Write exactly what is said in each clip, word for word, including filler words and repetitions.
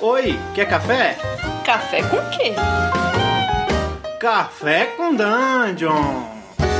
Oi, quer café? Café com quê? Café com Dungeon!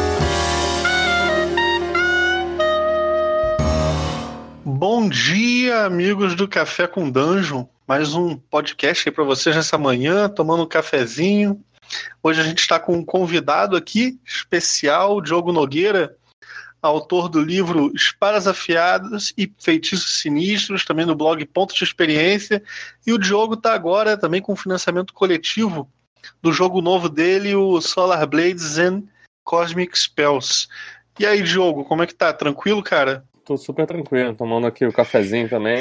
Bom dia, amigos do Café com Dungeon. Mais um podcast aí para vocês nessa manhã, tomando um cafezinho. Hoje a gente está com um convidado aqui, especial, Diogo Nogueira, autor do livro Espadas Afiadas e Feitiços Sinistros, também no blog Pontos de Experiência. E o Diogo está agora também com financiamento coletivo do jogo novo dele, o Solar Blades and Cosmic Spells. E aí, Diogo, como é que tá? Tranquilo, cara? Tô super tranquilo, tomando aqui o cafezinho também.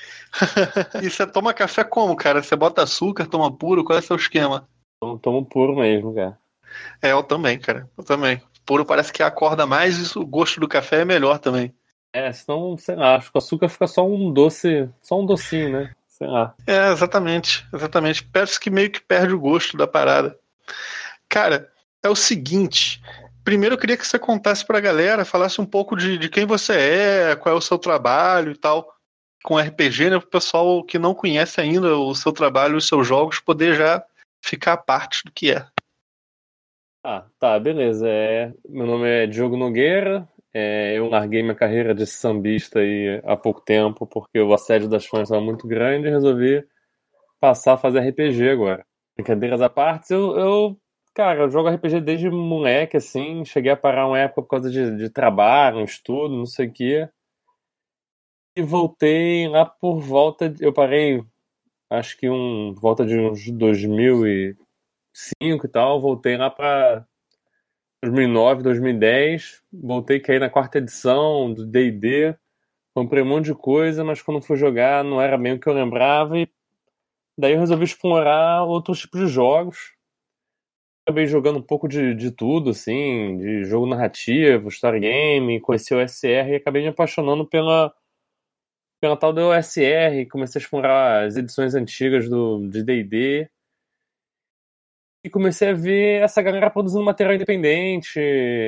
E você toma café como, cara? Você bota açúcar, toma puro? Qual é o seu esquema? Eu tomo puro mesmo, cara. É, eu também, cara. Eu também. Puro parece que acorda mais e o gosto do café é melhor também. É, senão, sei lá, acho que o açúcar fica só um doce, só um docinho, né? Sei lá. É, exatamente, exatamente. Parece que meio que perde o gosto da parada. Cara, é o seguinte. Primeiro eu queria que você contasse pra galera, falasse um pouco de, de quem você é, qual é o seu trabalho e tal, com R P G, né? Pro pessoal que não conhece ainda o seu trabalho, os seus jogos, poder já ficar a parte do que é. Ah, tá, beleza. É, meu nome é Diogo Nogueira. É, eu larguei minha carreira de sambista aí há pouco tempo, porque o assédio das fãs estava muito grande e resolvi passar a fazer R P G agora. Brincadeiras à parte, eu, eu, cara, eu jogo R P G desde moleque, assim, cheguei a parar uma época por causa de, de trabalho, estudo, não sei o quê. E voltei lá por volta, de, eu parei, acho que um, volta de uns dois mil e cinco e tal, voltei lá pra dois mil e nove, dois mil e dez, voltei a cair na quarta edição do D e D, comprei um monte de coisa, mas quando fui jogar não era bem o que eu lembrava, e daí eu resolvi explorar outros tipos de jogos. Acabei jogando um pouco de, de tudo, assim, de jogo narrativo, story game, conheci o O S R e acabei me apaixonando pela, pela tal do O S R, comecei a explorar as edições antigas do, de D e D, e comecei a ver essa galera produzindo material independente,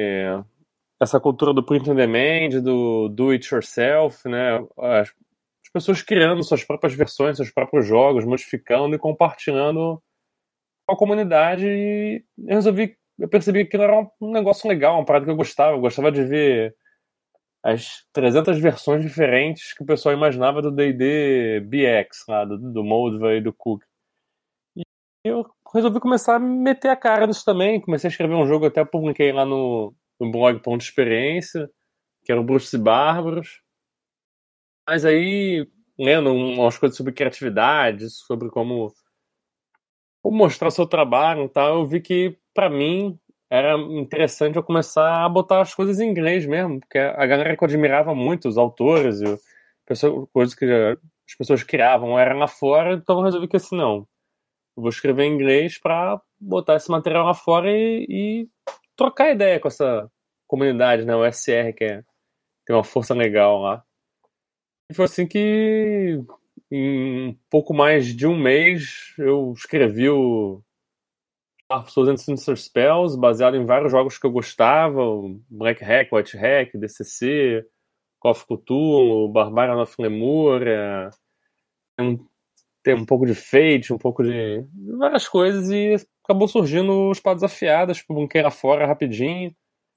essa cultura do print on demand, do do it yourself, né? As, as pessoas criando suas próprias versões, seus próprios jogos, modificando e compartilhando com a comunidade. E eu resolvi, eu percebi que aquilo era um negócio legal, uma parada que eu gostava. Eu gostava de ver as trezentas versões diferentes que o pessoal imaginava do D e D B X, lá, do, do Moldva e do Cook. E eu resolvi começar a meter a cara nisso também. Comecei a escrever um jogo, até publiquei lá no, no blog Ponto de Experiência, que era o Bruxos e Bárbaros. Mas aí, lendo umas coisas sobre criatividade, sobre como, como mostrar o seu trabalho e tal, eu vi que, pra mim, era interessante eu começar a botar as coisas em inglês mesmo, porque a galera que eu admirava muito, os autores, e pessoas, coisas que as pessoas criavam eram lá fora, então eu resolvi que assim, não. Eu vou escrever em inglês para botar esse material lá fora e, e trocar ideia com essa comunidade, né? O S R, que é, tem uma força legal lá. E foi assim que, em um pouco mais de um mês, eu escrevi o Souls and Sinister Spells, baseado em vários jogos que eu gostava, o Black Hack, White Hack, D C C, Call of Cthulhu, Barbarian of Lemuria, um tem um pouco de Fate, um pouco de várias coisas, e acabou surgindo os Espadas Afiadas, publiquei lá fora rapidinho,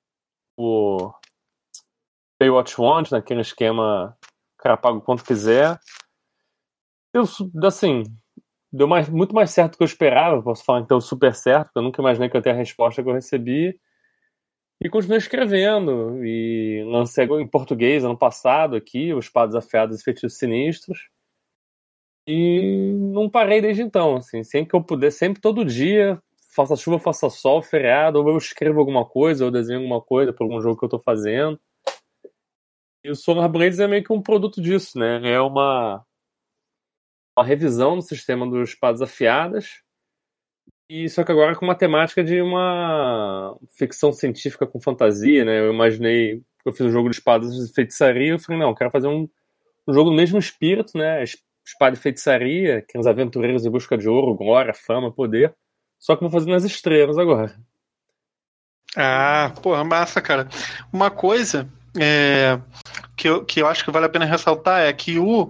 o Pay What You Want, naquele esquema, o cara paga o quanto quiser. Eu, assim, deu mais, muito mais certo do que eu esperava, posso falar que deu super certo, porque eu nunca imaginei que eu ia ter a resposta que eu recebi, e continuei escrevendo, e lancei em português ano passado aqui, os Espadas Afiadas e Feitiços Sinistros. E não parei desde então, assim, sempre que eu puder, sempre todo dia, faça chuva, faça sol, feriado, ou eu escrevo alguma coisa, ou desenho alguma coisa para algum jogo que eu tô fazendo. E o Solar Blades é meio que um produto disso, né? É uma, uma revisão do sistema dos Espadas Afiadas, e só que agora com uma temática de uma ficção científica com fantasia, né? Eu imaginei, eu fiz um jogo de espadas de feitiçaria, eu falei, não, eu quero fazer um, um jogo do mesmo espírito, né? Espada e feitiçaria, que os aventureiros em busca de ouro, glória, fama, poder. Só que vou fazer nas estrelas agora. Ah, porra, massa, cara. Uma coisa é, que, eu, que eu acho que vale a pena ressaltar é que o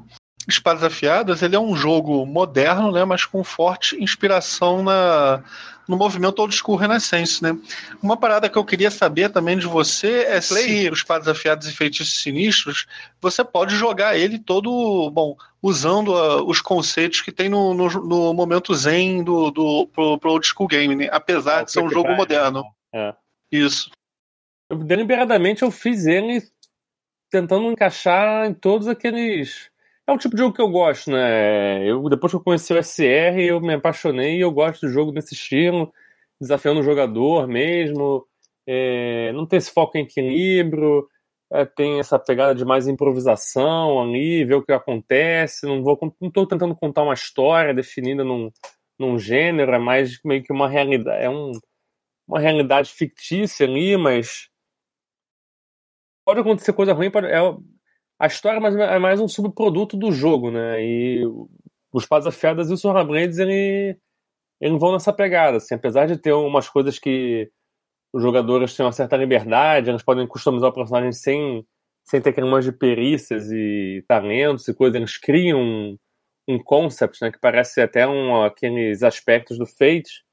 Espadas Afiadas, ele é um jogo moderno, né, mas com forte inspiração na, no movimento old school Renaissance, né? Uma parada que eu queria saber também de você é se o Espadas Afiadas e Feitiços Sinistros, você pode jogar ele todo, bom, usando uh, os conceitos que tem no, no, no momento zen do, do, pro, pro old school game, né? Apesar Ah, de ser um Quick jogo Time, moderno. É. Isso. Eu, deliberadamente eu fiz ele tentando encaixar em todos aqueles... É o tipo de jogo que eu gosto, né? Eu, depois que eu conheci o S R, eu me apaixonei e eu gosto do jogo desse estilo, desafiando o jogador mesmo, é, não tem esse foco em equilíbrio, é, tem essa pegada de mais improvisação ali, ver o que acontece, não vou, não estou tentando contar uma história definida num, num gênero, é mais meio que uma realidade, é um, uma realidade fictícia ali, mas pode acontecer coisa ruim, pode, é, a história é mais, é mais um subproduto do jogo, né? E os Espadas Afiadas e o Sword Blades, ele, eles vão nessa pegada, assim, apesar de ter umas coisas que os jogadores têm uma certa liberdade, eles podem customizar o personagem sem, sem ter aquele monte de perícias e talentos e coisas, eles criam um, um concept, né, que parece até um, aqueles aspectos do Fate.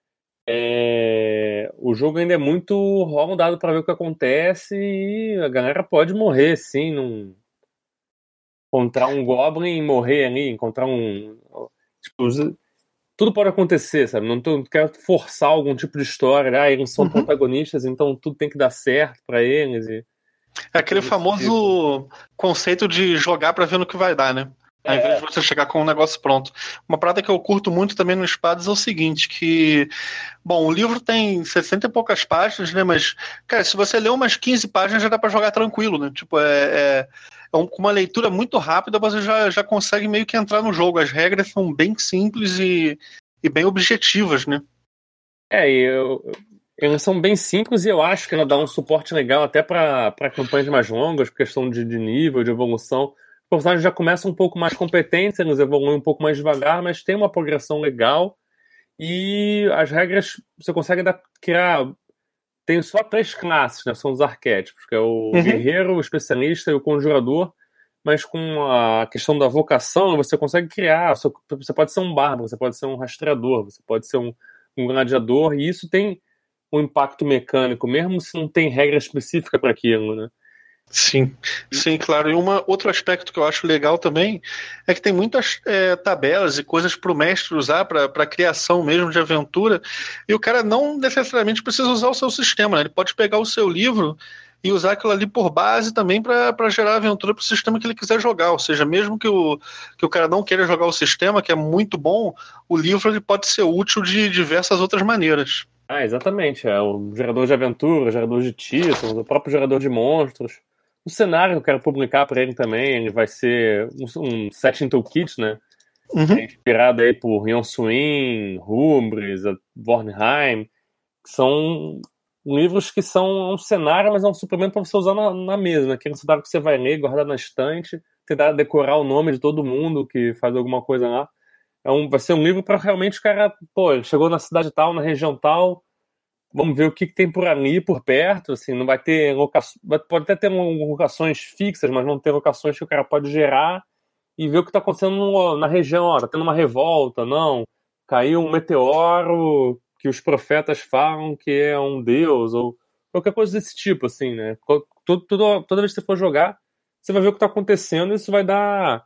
É, o jogo ainda é muito rola um dado para ver o que acontece e a galera pode morrer, sim, num... encontrar um Goblin e morrer ali, encontrar um... Tipo, tudo pode acontecer, sabe? Não, tô, não quero forçar algum tipo de história. Ah, eles são uhum. protagonistas, então tudo tem que dar certo pra eles. E... É aquele famoso tipo. conceito de jogar pra ver no que vai dar, né? Ao é. invés de você chegar com um negócio pronto. Uma parada que eu curto muito também no Espadas é o seguinte, que... Bom, o livro tem sessenta e poucas páginas, né? Mas, cara, se você ler umas quinze páginas já dá pra jogar tranquilo, né? Tipo, é... é... Com uma leitura muito rápida, você já, já consegue meio que entrar no jogo. As regras são bem simples e, e bem objetivas, né? É, e eu, elas são bem simples e eu acho que ela dá um suporte legal até para campanhas mais longas, por questão de, de nível, de evolução. Os personagens já começam um pouco mais competentes, eles evoluem um pouco mais devagar, mas tem uma progressão legal. E as regras, você consegue dar, criar... Tem só três classes, né? São os arquétipos, que é o uhum. guerreiro, o especialista e o conjurador, mas com a questão da vocação, você consegue criar, você pode ser um bárbaro, você pode ser um rastreador, você pode ser um, um gladiador, e isso tem um impacto mecânico, mesmo se não tem regra específica para aquilo, né? Sim, sim, claro. E uma, outro aspecto que eu acho legal também é que tem muitas é, tabelas e coisas para o mestre usar para a criação mesmo de aventura, e o cara não necessariamente precisa usar o seu sistema, né? Ele pode pegar o seu livro e usar aquilo ali por base também para gerar aventura para o sistema que ele quiser jogar. Ou seja, mesmo que o, que o cara não queira jogar o sistema, que é muito bom, o livro ele pode ser útil de diversas outras maneiras. Ah, exatamente. É o gerador de aventura, o gerador de títulos, o próprio gerador de monstros. O cenário que eu quero publicar para ele também, ele vai ser um, um setting toolkit, né? Uhum. É inspirado aí por Ion Swin, Rubris, Vornheim, que são livros que são um cenário, mas é um suplemento para você usar na, na mesa, né? Aquele cenário que você vai ler, guardar na estante, tentar decorar o nome de todo mundo que faz alguma coisa lá. É um, vai ser um livro para realmente o cara, pô, ele chegou na cidade tal, na região tal, vamos ver o que, que tem por ali, por perto, assim, não vai ter locações, pode até ter locações fixas, mas não ter locações que o cara pode gerar e ver o que está acontecendo no, na região, ó, tá tendo uma revolta, não, caiu um meteoro que os profetas falam que é um deus, ou qualquer coisa desse tipo, assim, né, todo, todo, toda vez que você for jogar, você vai ver o que está acontecendo e isso vai dar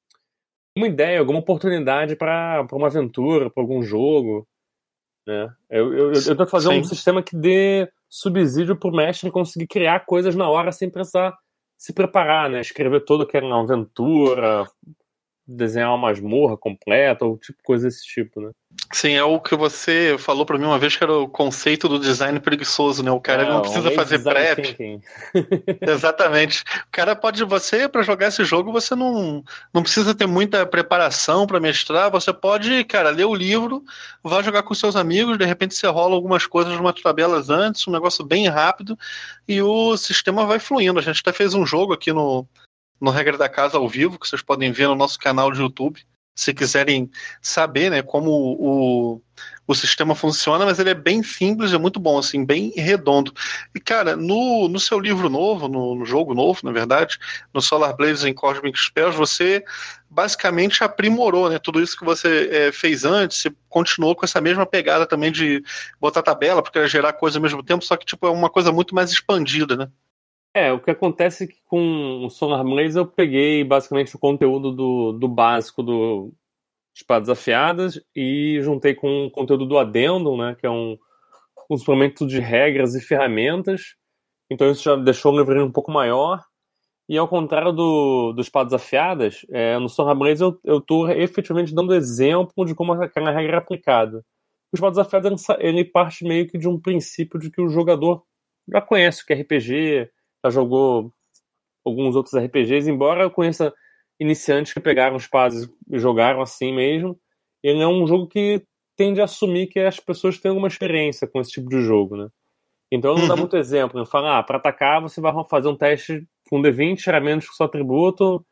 uma ideia, alguma oportunidade para uma aventura, para algum jogo, né? Eu, eu, eu tento fazer Sim. um sistema que dê subsídio pro mestre conseguir criar coisas na hora sem precisar se preparar, né? Escrever toda aquela aventura, desenhar uma masmorra completa, ou tipo, coisa desse tipo, né? Sim, é o que você falou pra mim uma vez, que era o conceito do design preguiçoso, né? O cara é, não precisa fazer prep. Exatamente. O cara pode, você, pra jogar esse jogo, você não, não precisa ter muita preparação pra mestrar, você pode, cara, ler o livro, vai jogar com seus amigos, de repente você rola algumas coisas, umas tabelas antes, um negócio bem rápido, e o sistema vai fluindo. A gente até fez um jogo aqui no, no Regra da Casa ao vivo, que vocês podem ver no nosso canal de YouTube. se quiserem saber, né, como o, o sistema funciona, mas ele é bem simples, é muito bom, assim, bem redondo. E, cara, no, no seu livro novo, no, no jogo novo, na verdade, no Solar Blades and Cosmic Spells, você basicamente aprimorou, né, tudo isso que você é, fez antes, você continuou com essa mesma pegada também de botar tabela, porque era gerar coisa ao mesmo tempo, só que, tipo, é uma coisa muito mais expandida, né? É, o que acontece é que com o Solar Blaze eu peguei basicamente o conteúdo do, do básico do Espadas Afiadas e juntei com o conteúdo do Addendum, né, que é um, um suplemento de regras e ferramentas. Então isso já deixou o livrinho um pouco maior. E ao contrário do, do Espadas Afiadas, é, no Solar Blaze eu, eu tô efetivamente dando exemplo de como aquela regra é aplicada. O Espadas Afiadas ele parte meio que de um princípio de que o jogador já conhece o que é R P G, já jogou alguns outros R P Gs, embora eu conheça iniciantes que pegaram espadas e jogaram assim mesmo, ele é um jogo que tende a assumir que as pessoas têm alguma experiência com esse tipo de jogo, né? Então não dá muito exemplo, ele fala, ah, para atacar você vai fazer um teste com D vinte, tirar menos que o seu atributo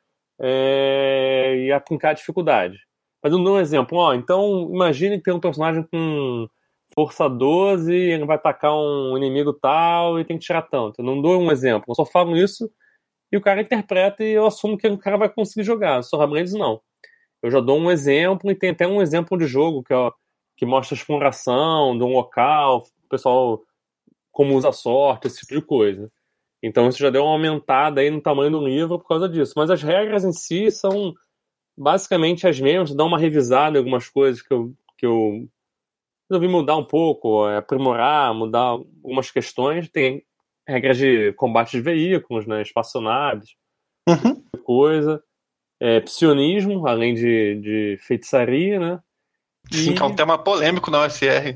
é... e aplicar a dificuldade. Mas eu não dou um exemplo, ó, então imagine que tem um personagem com força doze, ele vai atacar um inimigo tal e tem que tirar tanto. Eu não dou um exemplo, eu só falo isso e o cara interpreta e eu assumo que o cara vai conseguir jogar. Solar Blaze não. Eu já dou um exemplo e tem até um exemplo de jogo que, ó, que mostra a exploração de um local, o pessoal como usa a sorte, esse tipo de coisa. Então isso já deu uma aumentada aí no tamanho do livro por causa disso. Mas as regras em si são basicamente as mesmas, dá uma revisada em algumas coisas que eu, que eu resolvi mudar um pouco, aprimorar, mudar algumas questões. Tem regras de combate de veículos, né, espaçonaves, Uhum. coisa. É, psionismo, além de, de feitiçaria, né? Sim, E... que é um tema polêmico na U S R.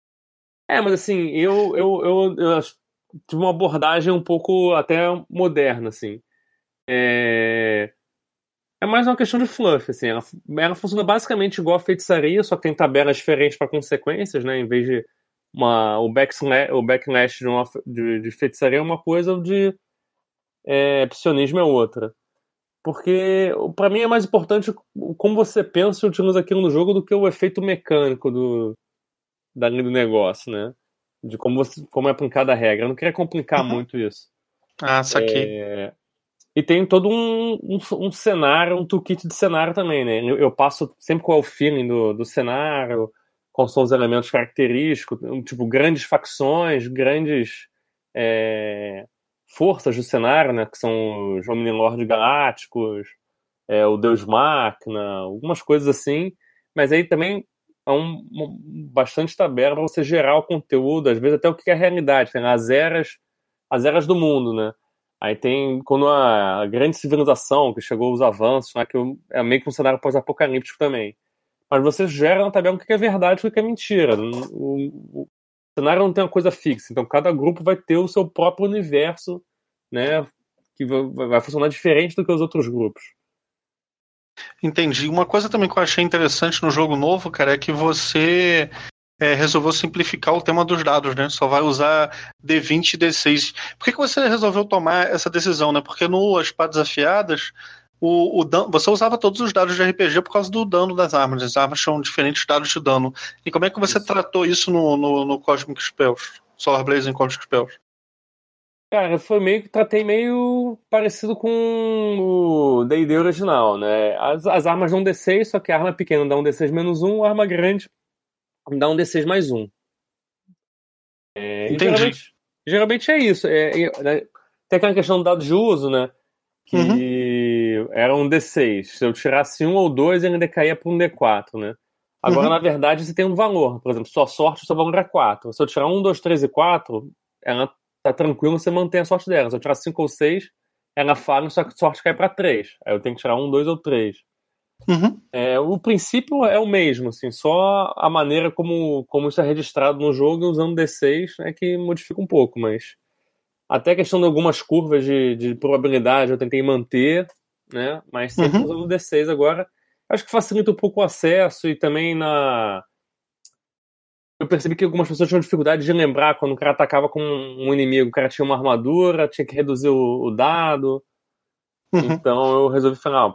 É, mas assim, eu, eu, eu, eu tive uma abordagem um pouco até moderna, assim. É... É mais uma questão de fluff, assim. Ela, ela funciona basicamente igual a feitiçaria, só que tem tabelas diferentes para consequências, né? Em vez de uma, o, backslash, o backlash de, uma, de, de feitiçaria é uma coisa, o de é, psionismo é outra. Porque, para mim, é mais importante como você pensa e utiliza aquilo no jogo do que o efeito mecânico do, dali do negócio, né? De como, você, como é aplicada a regra. Eu não queria complicar Uhum. muito isso. Ah, saquei. É... E tem todo um, um, um cenário, um toolkit de cenário também, né? Eu, eu passo sempre qual é o feeling do, do cenário, quais são os elementos característicos, tipo, grandes facções, grandes é, forças do cenário, né? Que são os Omnilord Galácticos, é, o Deus Máquina, algumas coisas assim. Mas aí também é um, um, bastante tabela para você gerar o conteúdo, às vezes até o que é a realidade, tem as eras, as eras do mundo, né? Aí tem quando a grande civilização, que chegou os avanços, né, que é meio que um cenário pós-apocalíptico também. Mas você gera na tabela o que é verdade e o que é mentira. O, o cenário não tem uma coisa fixa, então cada grupo vai ter o seu próprio universo, né, que vai, vai funcionar diferente do que os outros grupos. Entendi. Uma coisa também que eu achei interessante no jogo novo, cara, é que você é, resolveu simplificar o tema dos dados, né? Só vai usar D vinte e D seis. Por que, que você resolveu tomar essa decisão, né? Porque no Espadas Afiadas, o, o dan... você usava todos os dados de R P G por causa do dano das armas. As armas são diferentes dados de dano. E como é que você isso. tratou isso no, no, no Cosmic Spells? Solar Blaze em Cosmic Spells? Cara, foi meio que tratei meio parecido com o D e D original, né? As, as armas dão D seis, só que a arma pequena dá um D seis menos um, a arma grande dá um D seis mais um. É, Entendi. Geralmente, geralmente é isso. É, é, tem aquela questão do dado de uso, né? Que uhum. era um D seis. Se eu tirasse um ou dois, ele decaía para um D quatro, né? Agora, uhum. na verdade, você tem um valor. Por exemplo, sua sorte, o seu valor é quatro. Se eu tirar um, dois, três e quatro, ela tá tranquilo, você mantém a sorte dela. Se eu tirar cinco ou seis, ela falha, só que a sorte cai para três. Aí eu tenho que tirar um, dois ou três. Uhum. É, o princípio é o mesmo, assim, só a maneira como, como isso é registrado no jogo usando D seis é que modifica um pouco, mas até a questão de algumas curvas de, de probabilidade eu tentei manter, né? Mas sempre uhum. usando D seis agora. Acho que facilita um pouco o acesso e também na... Eu percebi que algumas pessoas tinham dificuldade de lembrar quando o cara atacava com um inimigo, o cara tinha uma armadura, tinha que reduzir o, o dado. Uhum. Então eu resolvi falar, ó,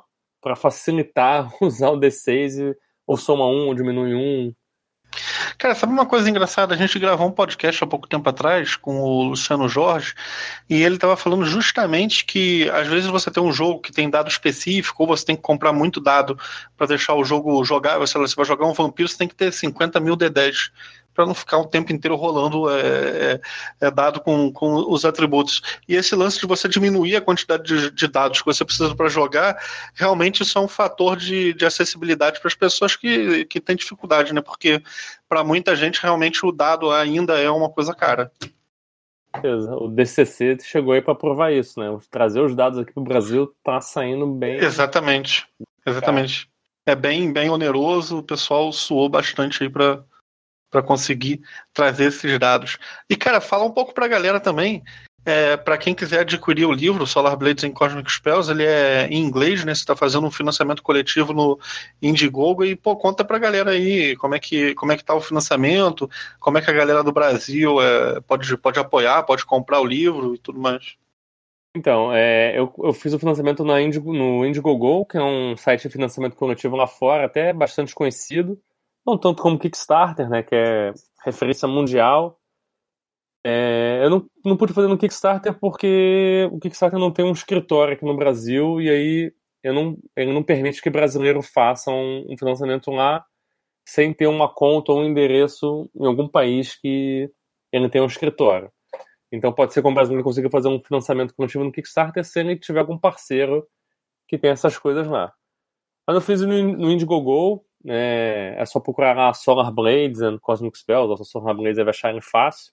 para facilitar usar o D seis, e, ou soma um, ou diminui um. Cara, sabe uma coisa engraçada? A gente gravou um podcast há pouco tempo atrás com o Luciano Jorge e ele estava falando justamente que às vezes você tem um jogo que tem dado específico ou você tem que comprar muito dado para deixar o jogo jogável. Se você vai jogar um vampiro, você tem que ter cinquenta mil D dez para não ficar o tempo inteiro rolando é, é, é dado com, com os atributos. E esse lance de você diminuir a quantidade de, de dados que você precisa para jogar, realmente isso é um fator de, de acessibilidade para as pessoas que, que têm dificuldade, né? Porque para muita gente realmente o dado ainda é uma coisa cara. O D C C chegou aí para provar isso, né? Trazer os dados aqui para o Brasil tá saindo bem. Exatamente, exatamente. É bem, bem oneroso, o pessoal suou bastante aí para para conseguir trazer esses dados. E, cara, fala um pouco pra galera também, é, para quem quiser adquirir o livro, Solar Blades and Cosmic Spells, ele é em inglês, né? Você tá fazendo um financiamento coletivo no Indiegogo e, pô, conta pra galera aí como é que, como é que tá o financiamento, como é que a galera do Brasil é, pode, pode apoiar, pode comprar o livro e tudo mais. Então, é, eu, eu fiz o financiamento na Indigo, no Indiegogo, que é um site de financiamento coletivo lá fora, até bastante conhecido. Não tanto como Kickstarter, né, que é referência mundial. É, eu não, não pude fazer no Kickstarter porque o Kickstarter não tem um escritório aqui no Brasil e aí eu não, ele não permite que brasileiro faça um, um financiamento lá sem ter uma conta ou um endereço em algum país que ele tenha um escritório. Então pode ser que o brasileiro consiga fazer um financiamento coletivo no Kickstarter se ele tiver algum parceiro que tem essas coisas lá. Mas eu fiz no, no Indiegogo. É, é só procurar lá Solar Blades and Cosmic Spells, ou Solar Blades vai achar ele fácil.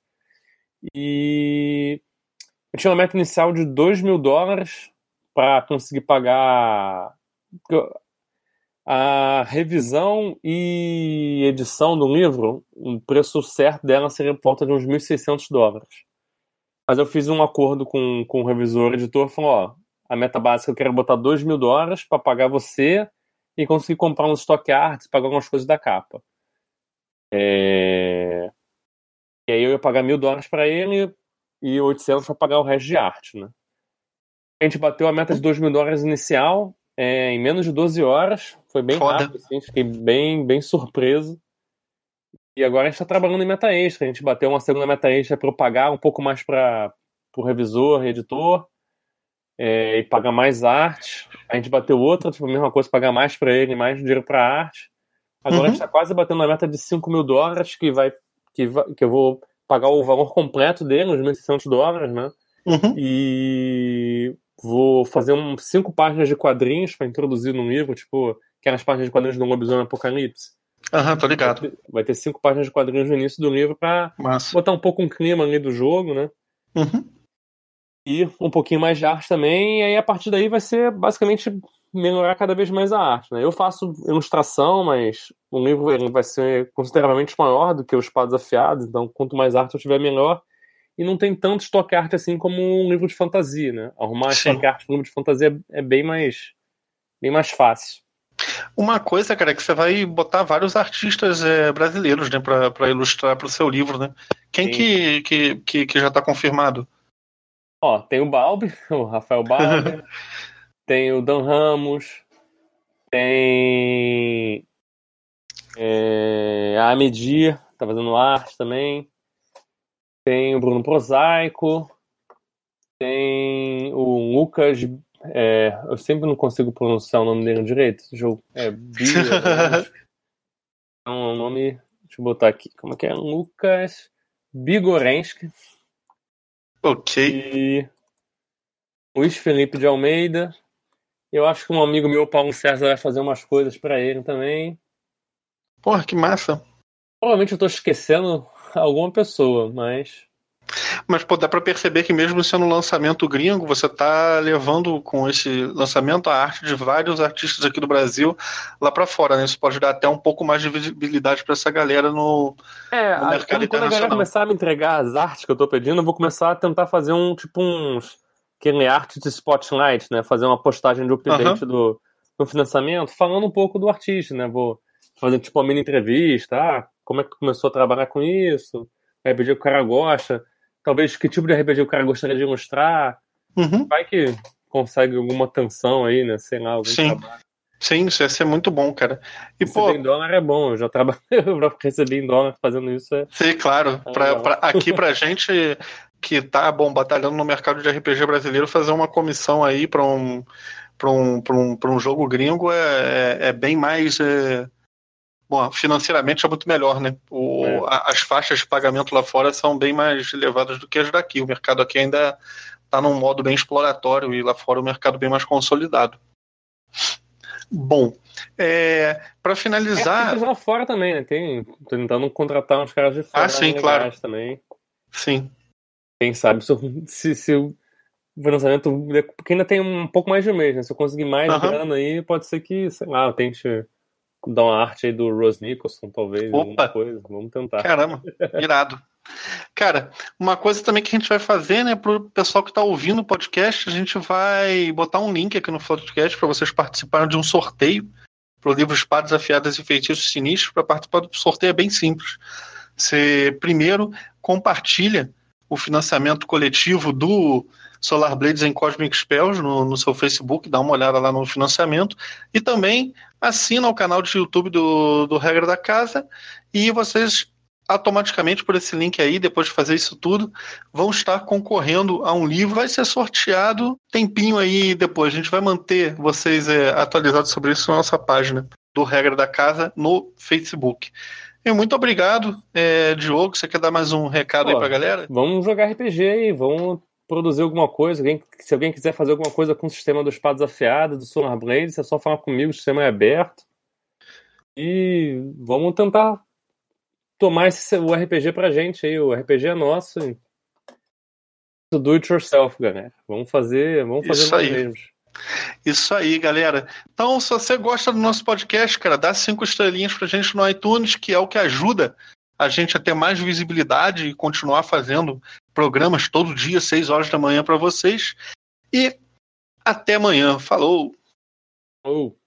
E eu tinha uma meta inicial de dois mil dólares para conseguir pagar a revisão e edição do livro. O preço certo dela seria por volta de uns mil e seiscentos dólares. Mas eu fiz um acordo com, com o revisor, o editor, falou: ó, a meta básica eu quero botar dois mil dólares para pagar você e conseguir comprar uns stock arts, pagar algumas coisas da capa. É... E aí eu ia pagar mil dólares para ele e oitocentos para pagar o resto de arte, né? A gente bateu a meta de dois mil dólares inicial é, em menos de doze horas. Foi bem Foda. rápido, assim, fiquei bem, bem surpreso. E agora a gente está trabalhando em meta extra. A gente bateu uma segunda meta extra para eu pagar um pouco mais para o revisor, editor. É, e pagar mais arte. A gente bateu outra, tipo, a mesma coisa, pagar mais pra ele, mais dinheiro pra arte. Agora uhum. a gente tá quase batendo a meta de cinco mil dólares, que vai, que vai, que eu vou pagar o valor completo dele, os mil e seiscentos dólares, né? Uhum. E vou fazer um, cinco páginas de quadrinhos pra introduzir no livro, tipo, aquelas páginas de quadrinhos do Lobisomem Apocalipse. Aham, uhum, tô ligado. Vai ter, vai ter cinco páginas de quadrinhos no início do livro pra Massa. botar um pouco um clima ali do jogo, né? Uhum. E um pouquinho mais de arte também, e aí a partir daí vai ser basicamente melhorar cada vez mais a arte, né? Eu faço ilustração, mas o livro ele vai ser consideravelmente maior do que os Espadas Afiadas, então quanto mais arte eu tiver, melhor. E não tem tanto estoque arte assim como um livro de fantasia, né? Arrumar estoque arte no livro de fantasia é bem mais, bem mais fácil. Uma coisa, cara, é que você vai botar vários artistas é, brasileiros, né, pra, pra ilustrar pro seu livro, né? Quem que, que, que, que já tá confirmado? Ó, tem o Balbi, o Rafael Balbi, tem o Dan Ramos, tem é, a Amedir, tá fazendo arte também, tem o Bruno Prosaico, tem o Lucas, é, eu sempre não consigo pronunciar o nome dele direito, esse jogo é Bia, é um nome, deixa eu botar aqui, como é que é? Lucas Bigorensky. Ok. E Luiz Felipe de Almeida. Eu acho que um amigo meu, Paulo César, vai fazer umas coisas pra ele também. Porra, que massa. Provavelmente eu tô esquecendo alguma pessoa, mas... Mas pô, dá pra perceber que mesmo sendo um lançamento gringo, você tá levando com esse lançamento a arte de vários artistas aqui do Brasil lá pra fora, né? Isso pode dar até um pouco mais de visibilidade pra essa galera no, é, no mercado quando, quando a galera começar a me entregar as artes que eu tô pedindo, eu vou começar a tentar fazer um, tipo uns... aquele arte de spotlight, né? Fazer uma postagem de update uhum. do, do financiamento, falando um pouco do artista, né? Vou fazer tipo uma mini entrevista, ah, como é que tu começou a trabalhar com isso, R P G que o cara gosta, talvez que tipo de R P G o cara gostaria de ilustrar, uhum. vai que consegue alguma atenção aí, né? Sei lá, algum Sim. trabalho. Sim, isso ia ser muito bom, cara. E, Receber pô, em dólar é bom, eu já trabalho pra receber em dólar fazendo isso. É... sim, claro. é Pra, legal. pra, aqui pra gente que tá, bom, batalhando no mercado de R P G brasileiro, fazer uma comissão aí pra um, pra um, pra um, pra um jogo gringo é, é, é bem mais. É, bom, financeiramente é muito melhor, né? O, É. a- as faixas de pagamento lá fora são bem mais elevadas do que as daqui. O mercado aqui ainda tá num modo bem exploratório e lá fora o mercado bem mais consolidado. Bom, é, para É, tem finalizar. coisa lá fora também, né? Tem, tô tentando contratar uns caras de fora Ah, sim, legais claro. também. Sim. Quem sabe se, eu- se, se o financiamento. Porque ainda tem um pouco mais de um mês, né? Se eu conseguir mais Aham. grana aí, pode ser que, sei lá, eu tente dar uma arte aí do Rose Nicholson, talvez, alguma Opa, coisa. Vamos tentar. caramba, irado. Cara, uma coisa também que a gente vai fazer, né, pro pessoal que tá ouvindo o podcast, a gente vai botar um link aqui no podcast para vocês participarem de um sorteio pro livro Espadas Afiadas e Feitiços Sinistros. Para participar do sorteio é bem simples. Você primeiro compartilha o financiamento coletivo do Solar Blades and Cosmic Spells no, no seu Facebook, dá uma olhada lá no financiamento, e também assina o canal de YouTube do, do Regra da Casa, e vocês automaticamente por esse link aí, depois de fazer isso tudo, vão estar concorrendo a um livro, vai ser sorteado tempinho aí depois. A gente vai manter vocês é, atualizados sobre isso na nossa página do Regra da Casa no Facebook. E muito obrigado, é, Diogo. Você quer dar mais um recado aí Pô, pra galera? vamos jogar R P G aí, vamos produzir alguma coisa. Alguém, se alguém quiser fazer alguma coisa com o sistema dos Espadas Afiadas, do Solar Blades, é só falar comigo, o sistema é aberto. E vamos tentar tomar esse, o R P G pra gente aí. O R P G é nosso. Do it yourself, galera. Vamos fazer, vamos fazer Isso nós aí. mesmos. Isso aí, galera. Então, se você gosta do nosso podcast, cara, dá cinco estrelinhas pra gente no iTunes, que é o que ajuda a gente a ter mais visibilidade e continuar fazendo programas todo dia, seis horas da manhã para vocês. E até amanhã. Falou! Oh.